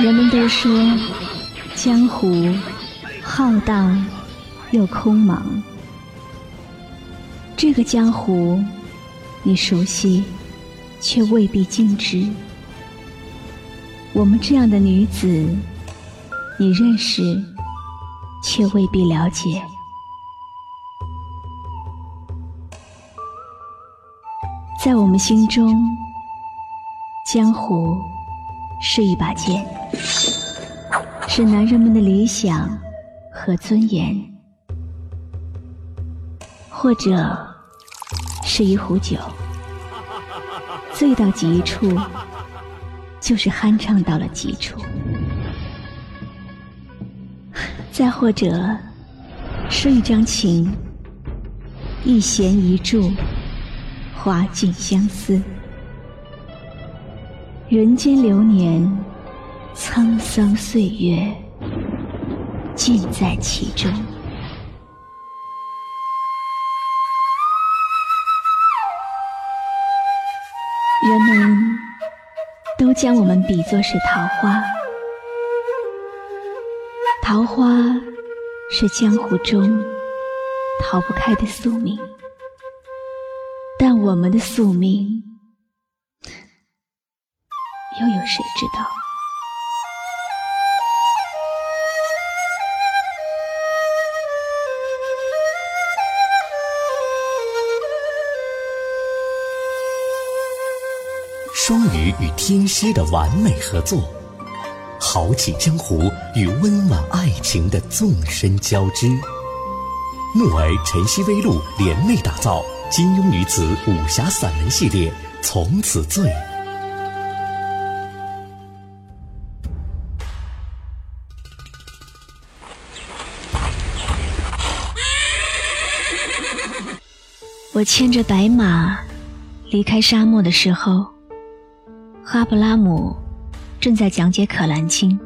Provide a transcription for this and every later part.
人们都说江湖浩荡又空茫，这个江湖你熟悉却未必尽知，我们这样的女子你认识却未必了解。在我们心中，江湖是一把剑，是男人们的理想和尊严，或者是一壶酒，醉到极处就是酣畅到了极处，再或者是一张情，一弦一柱，花尽相思。人间流年，沧桑岁月，尽在其中。人们都将我们比作是桃花，桃花是江湖中逃不开的宿命，但我们的宿命又有谁知道？ 双鱼与天蝎的完美合作，豪气江湖与温婉爱情的纵深交织。木儿晨曦微露联袂打造金庸女子武侠散文系列《从此醉》。 我牵着白马离开沙漠的时候，哈布拉姆正在讲解可兰经。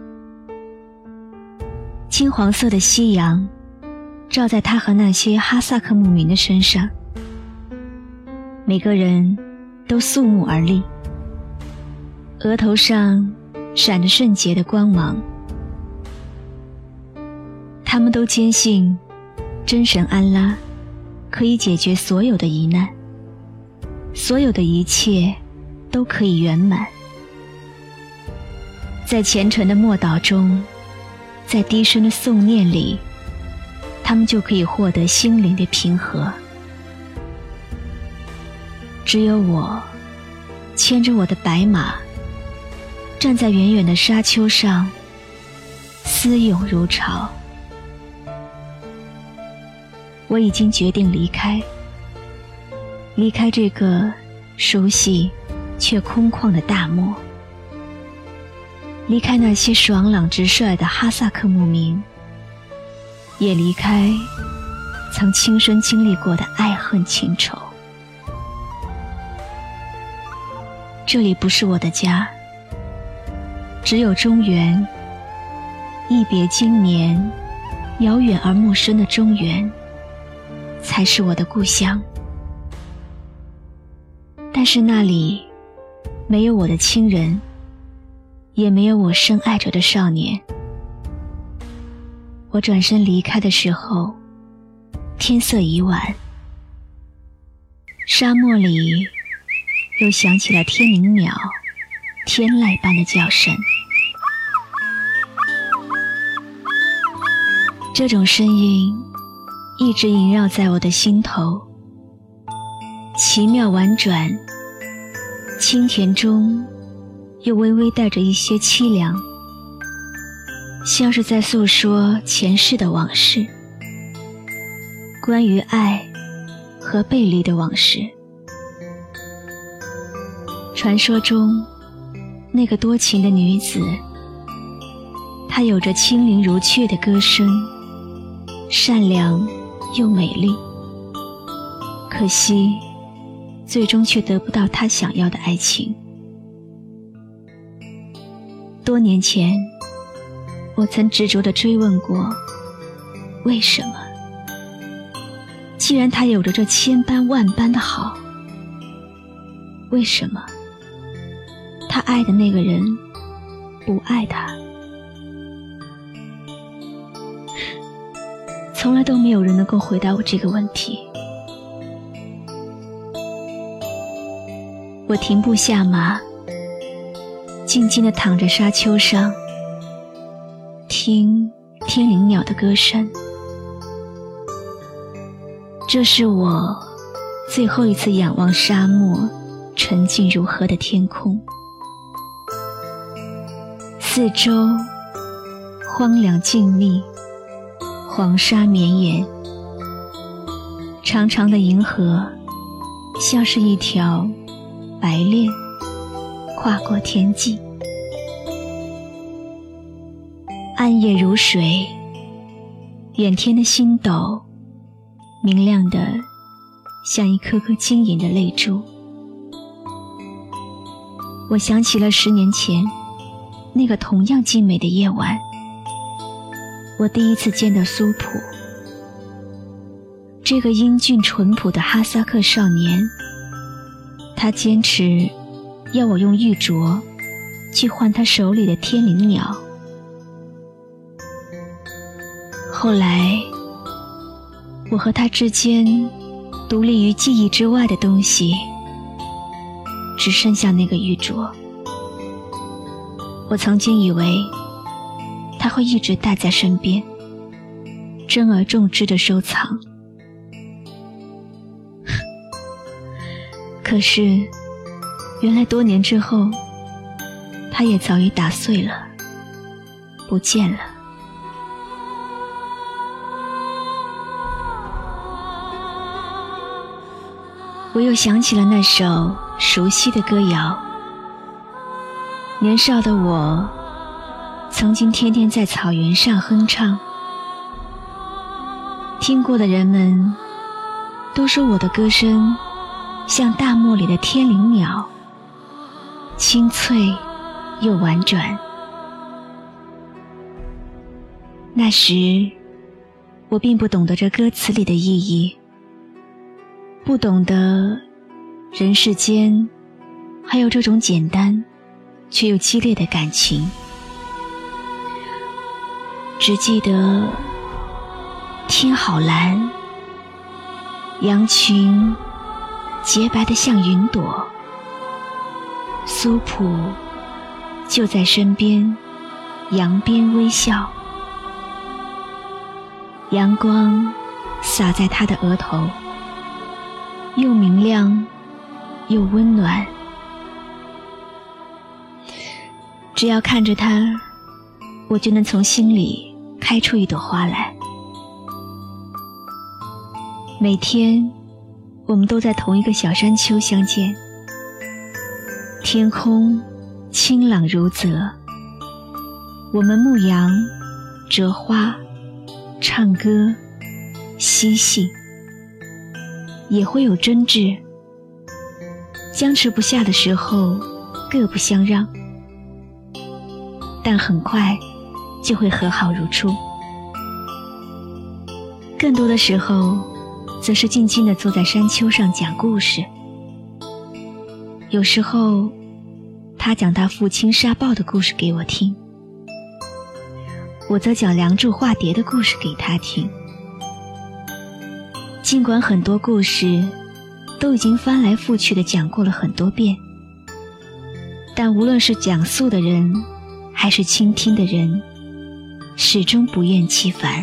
金黄色的夕阳照在他和那些哈萨克牧民的身上，每个人都肃穆而立，额头上闪着圣洁的光芒。他们都坚信真神安拉可以解决所有的疑难，所有的一切都可以圆满。在虔诚的默祷中，在低声的诵念里，他们就可以获得心灵的平和。只有我牵着我的白马，站在远远的沙丘上，思涌如潮。我已经决定离开这个熟悉却空旷的大漠，离开那些爽朗直率的哈萨克牧民，也离开曾亲身经历过的爱恨情仇。这里不是我的家，只有中原，一别经年，遥远而陌生的中原才是我的故乡。但是那里没有我的亲人，也没有我深爱着的少年。我转身离开的时候，天色已晚，沙漠里又响起了天灵鸟天籁般的叫声。这种声音一直萦绕在我的心头，奇妙婉转，清甜中又微微带着一些凄凉，像是在诉说前世的往事，关于爱和背离的往事。传说中那个多情的女子，她有着清灵如雀的歌声，善良又美丽，可惜最终却得不到她想要的爱情。多年前，我曾执着地追问过，为什么？既然她有着这千般万般的好，为什么他爱的那个人不爱他？ 从来都没有人能够回答我这个问题。我停步下马，静静地躺在沙丘上，听天灵鸟的歌声。这是我最后一次仰望沙漠纯净如河的天空，四周荒凉静谧，黄沙绵延，长长的银河像是一条白链跨过天际。暗夜如水，远天的星斗明亮的像一颗颗晶莹的泪珠。我想起了10年前那个同样静美的夜晚，我第一次见到苏普，这个英俊淳朴的哈萨克少年。他坚持要我用玉镯去换他手里的天灵鸟。后来我和他之间独立于记忆之外的东西只剩下那个玉镯。我曾经以为他会一直带在身边，珍而重之的收藏。可是原来多年之后，它也早已打碎了，不见了。我又想起了那首熟悉的歌谣。年少的我曾经天天在草原上哼唱，听过的人们都说我的歌声像大漠里的天灵鸟，清脆又婉转。那时我并不懂得这歌词里的意义，不懂得人世间还有这种简单却又激烈的感情，只记得天好蓝，羊群洁白的像云朵，苏普就在身边，扬鞭微笑，阳光洒在他的额头，又明亮又温暖。只要看着他，我就能从心里开出一朵花来。每天我们都在同一个小山丘相见，天空清朗如泽，我们牧羊、折花、唱歌、嬉戏，也会有争执，僵持不下的时候各不相让，但很快就会和好如初。更多的时候则是静静地坐在山丘上讲故事。有时候他讲他父亲沙暴的故事给我听，我则讲梁祝化蝶的故事给他听。尽管很多故事都已经翻来覆去地讲过了很多遍，但无论是讲述的人还是倾听的人，始终不厌其烦。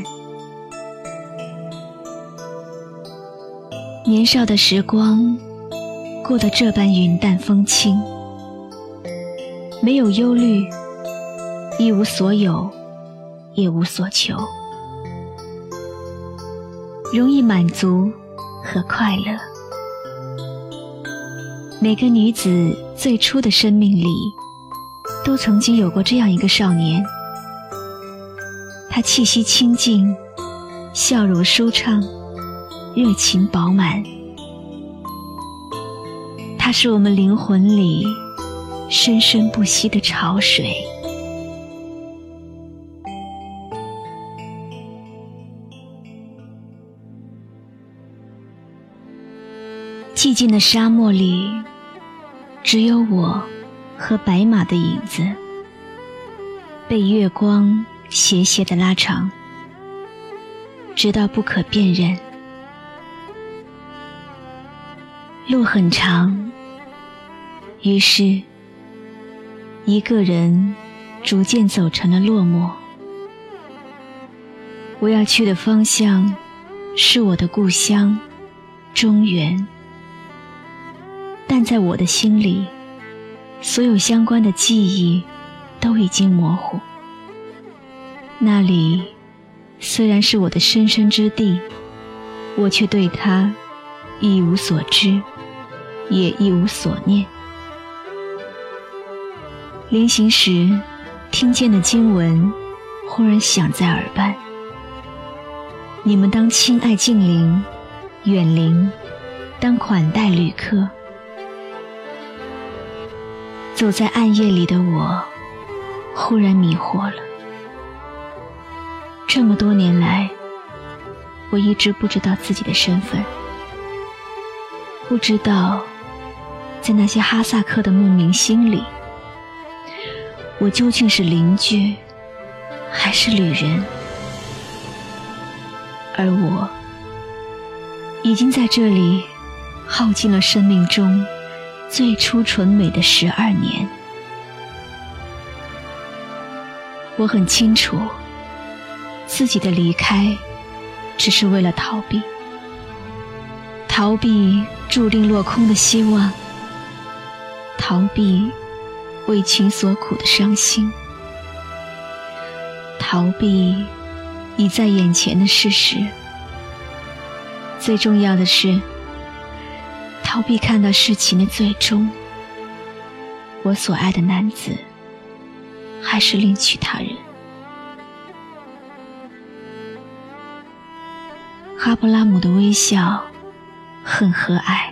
年少的时光过得这般云淡风轻，没有忧虑，一无所有，也无所求，容易满足和快乐。每个女子最初的生命里都曾经有过这样一个少年，他气息清静，笑容舒畅，热情饱满。他是我们灵魂里生生不息的潮水。寂静的沙漠里，只有我和白马的影子，被月光斜斜地拉长。 直到不可辨认。路很长，于是一个人逐渐走成了落寞。我要去的方向是我的故乡中原，但在我的心里，所有相关的记忆都已经模糊。那里虽然是我的深深之地，我却对它一无所知，也一无所念。临行时听见的经文忽然响在耳畔：你们当亲爱近邻，远邻当款待旅客。走在暗夜里的我忽然迷惑了。这么多年来，我一直不知道自己的身份，不知道在那些哈萨克的牧民心里，我究竟是邻居还是旅人。而我已经在这里耗尽了生命中最初纯美的12年。我很清楚自己的离开只是为了逃避，逃避注定落空的希望，逃避为情所苦的伤心，逃避已在眼前的事实，最重要的是逃避看到事情的最终，我所爱的男子还是另娶他人。哈布拉姆的微笑很和蔼，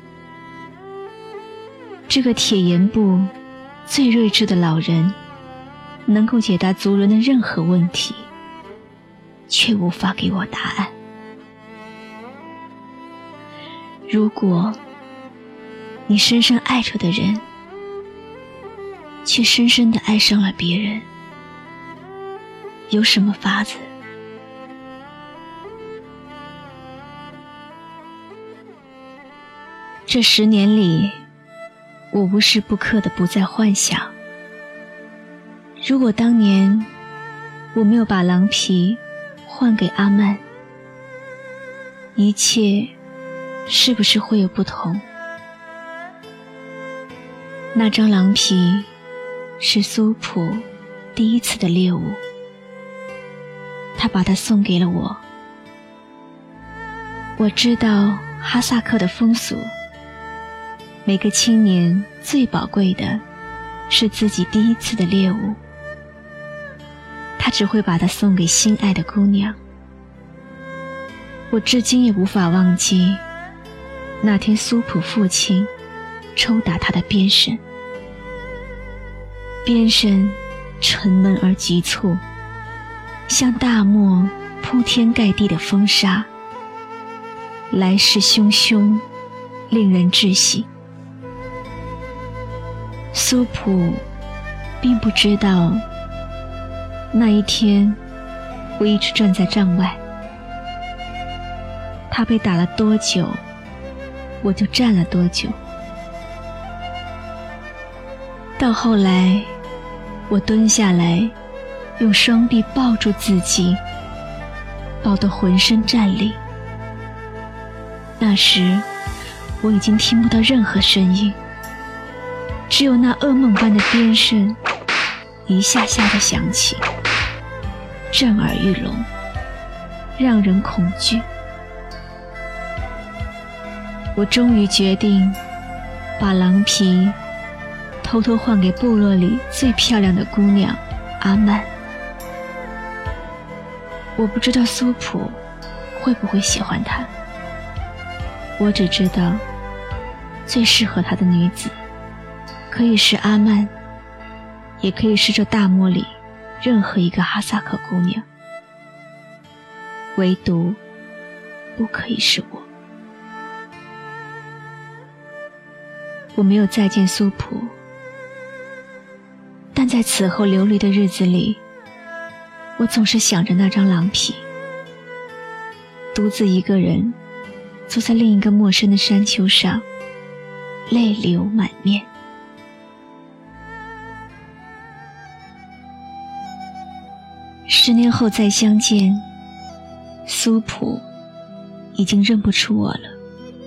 这个铁岩部最睿智的老人能够解答族人的任何问题，却无法给我答案。如果你深深爱着的人却深深地爱上了别人，有什么法子？这10年里，我无时不刻地不再幻想，如果当年我没有把狼皮换给阿曼，一切是不是会有不同？那张狼皮是苏普第一次的猎物，他把它送给了我。我知道哈萨克的风俗，每个青年最宝贵的是自己第一次的猎物，他只会把它送给心爱的姑娘。我至今也无法忘记那天苏普父亲抽打他的鞭声，鞭声沉闷而急促，像大漠铺天盖地的风沙，来势汹汹，令人窒息。苏普并不知道，那一天我一直站在帐外，他被打了多久，我就站了多久。到后来，我蹲下来，用双臂抱住自己，抱得浑身战栗。那时，我已经听不到任何声音，只有那噩梦般的鞭声一下下地响起，震耳欲聋，让人恐惧。我终于决定把狼皮偷偷换给部落里最漂亮的姑娘阿曼。我不知道苏普会不会喜欢她，我只知道最适合她的女子可以是阿曼，也可以是这大漠里任何一个哈萨克姑娘，唯独不可以是我。我没有再见苏普，但在此后流离的日子里，我总是想着那张狼皮。 独自一个人坐在另一个陌生的山丘上，泪流满面。10年后再相见，苏普已经认不出我了。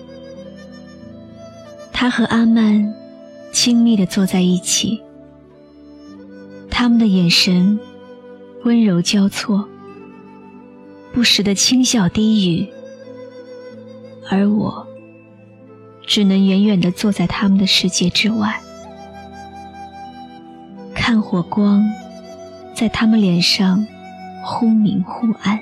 他和阿曼亲密地坐在一起，他们的眼神温柔交错，不时的轻笑低语，而我只能远远地坐在他们的世界之外，看火光在他们脸上忽明忽暗。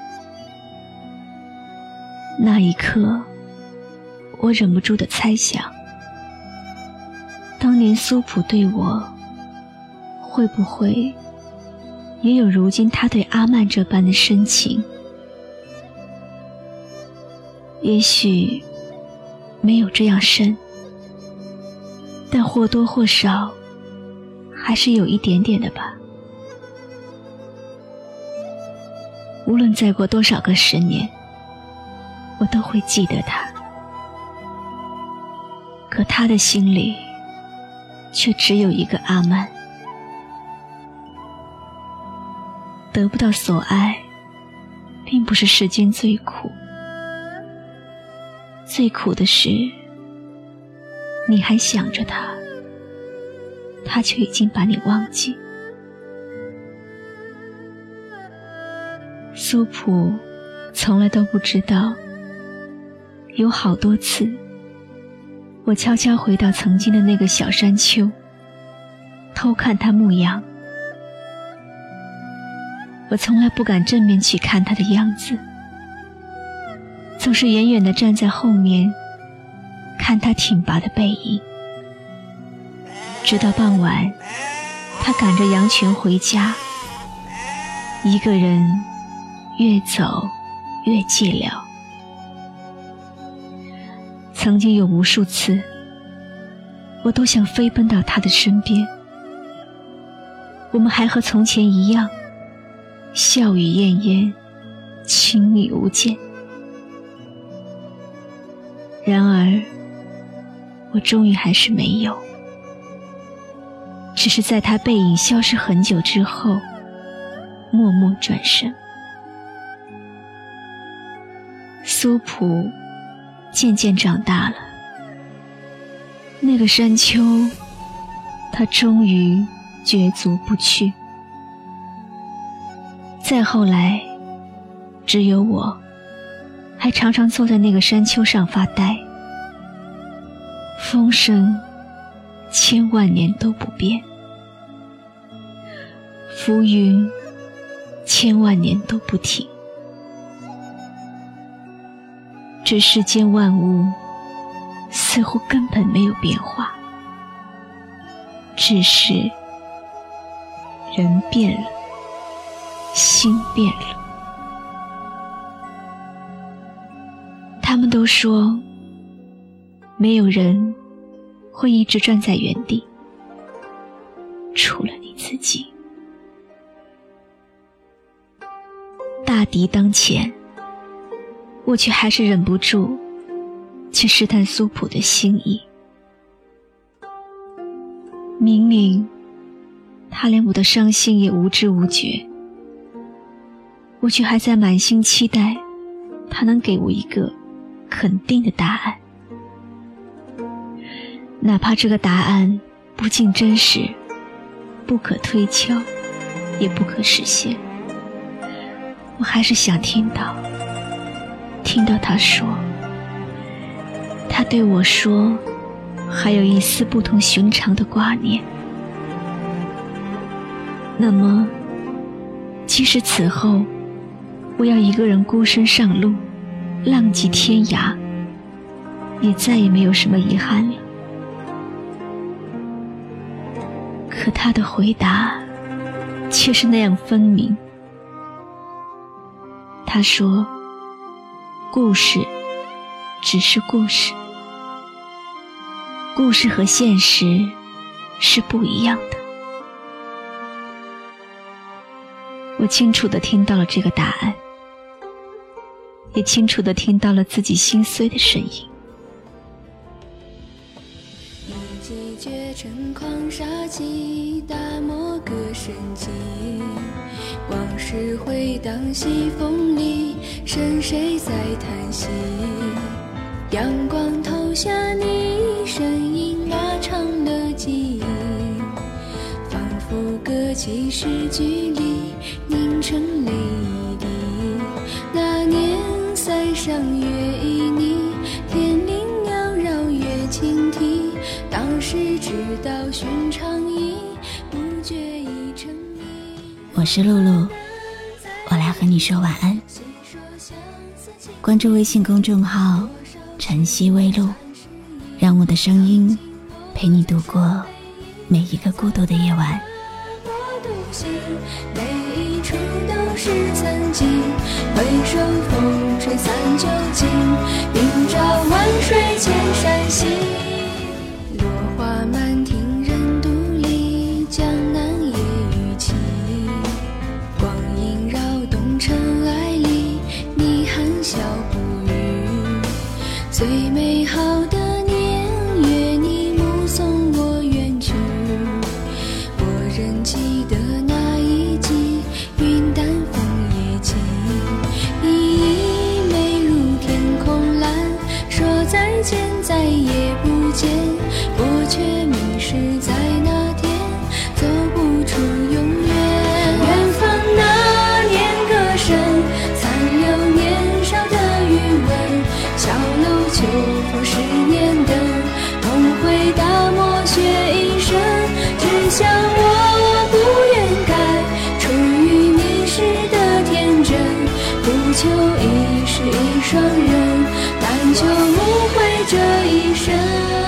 那一刻，我忍不住地猜想，当年苏普对我，会不会也有如今他对阿曼这般的深情？也许没有这样深，但或多或少还是有一点点的吧。无论再过多少个10年，我都会记得他，可他的心里却只有一个阿曼。得不到所爱，并不是世间最苦，最苦的是你还想着他，他却已经把你忘记。苏普从来都不知道，有好多次我悄悄回到曾经的那个小山丘，偷看他牧羊。我从来不敢正面去看他的样子，总是远远地站在后面看他挺拔的背影。直到傍晚，他赶着羊群回家，一个人越走越寂寥。曾经有无数次，我都想飞奔到他的身边，我们还和从前一样，笑语晏晏，亲密无间。然而我终于还是没有，只是在他背影消失很久之后，默默转身。苏普渐渐长大了，那个山丘他终于绝足不去。再后来，只有我还常常坐在那个山丘上发呆。风声千万年都不变，浮云千万年都不停，这世间万物似乎根本没有变化，只是人变了，心变了。他们都说，没有人会一直站在原地，除了你自己。大敌当前，我却还是忍不住去试探苏普的心意。明明他连我的伤心也无知无觉，我却还在满心期待他能给我一个肯定的答案，哪怕这个答案不尽真实，不可推敲，也不可实现，我还是想听到他说，他对我说，还有一丝不同寻常的挂念。那么即使此后我要一个人孤身上路，浪迹天涯，也再也没有什么遗憾了。可他的回答却是那样分明。他说，故事只是故事，故事和现实是不一样的。我清楚地听到了这个答案， 也清楚地听到了自己心碎的声音。 一骑绝尘狂杀气，大漠歌声起，往事回荡西风里，剩谁在叹息？阳光投下你身影，拉长了记忆，仿佛歌起诗句里凝成泪一滴。那年塞上月旖旎，天灵缭绕月轻啼，当时知道寻常意，不觉已成谜。 我是露露，我来和你说晚安。关注微信公众号晨曦微露，让我的声音陪你度过每一个孤独的夜晚。 我独行，每一处都是曾经，回首风吹散旧景，明朝万水千山行。落花满庭人独立，江南夜雨起，光阴扰动尘埃里，你含笑不语。最美好的年月，你目送我远去，我仍记得那一季云淡风也轻，依依眉如天空蓝，说再见再也不见，我却迷失在那天，走不出永远。远方那年歌声，残留年少的余温，小楼秋风十年灯，梦回大漠雪一身，只想我不愿改，出于迷失的天真，不求一世一双人，但求无悔这一生。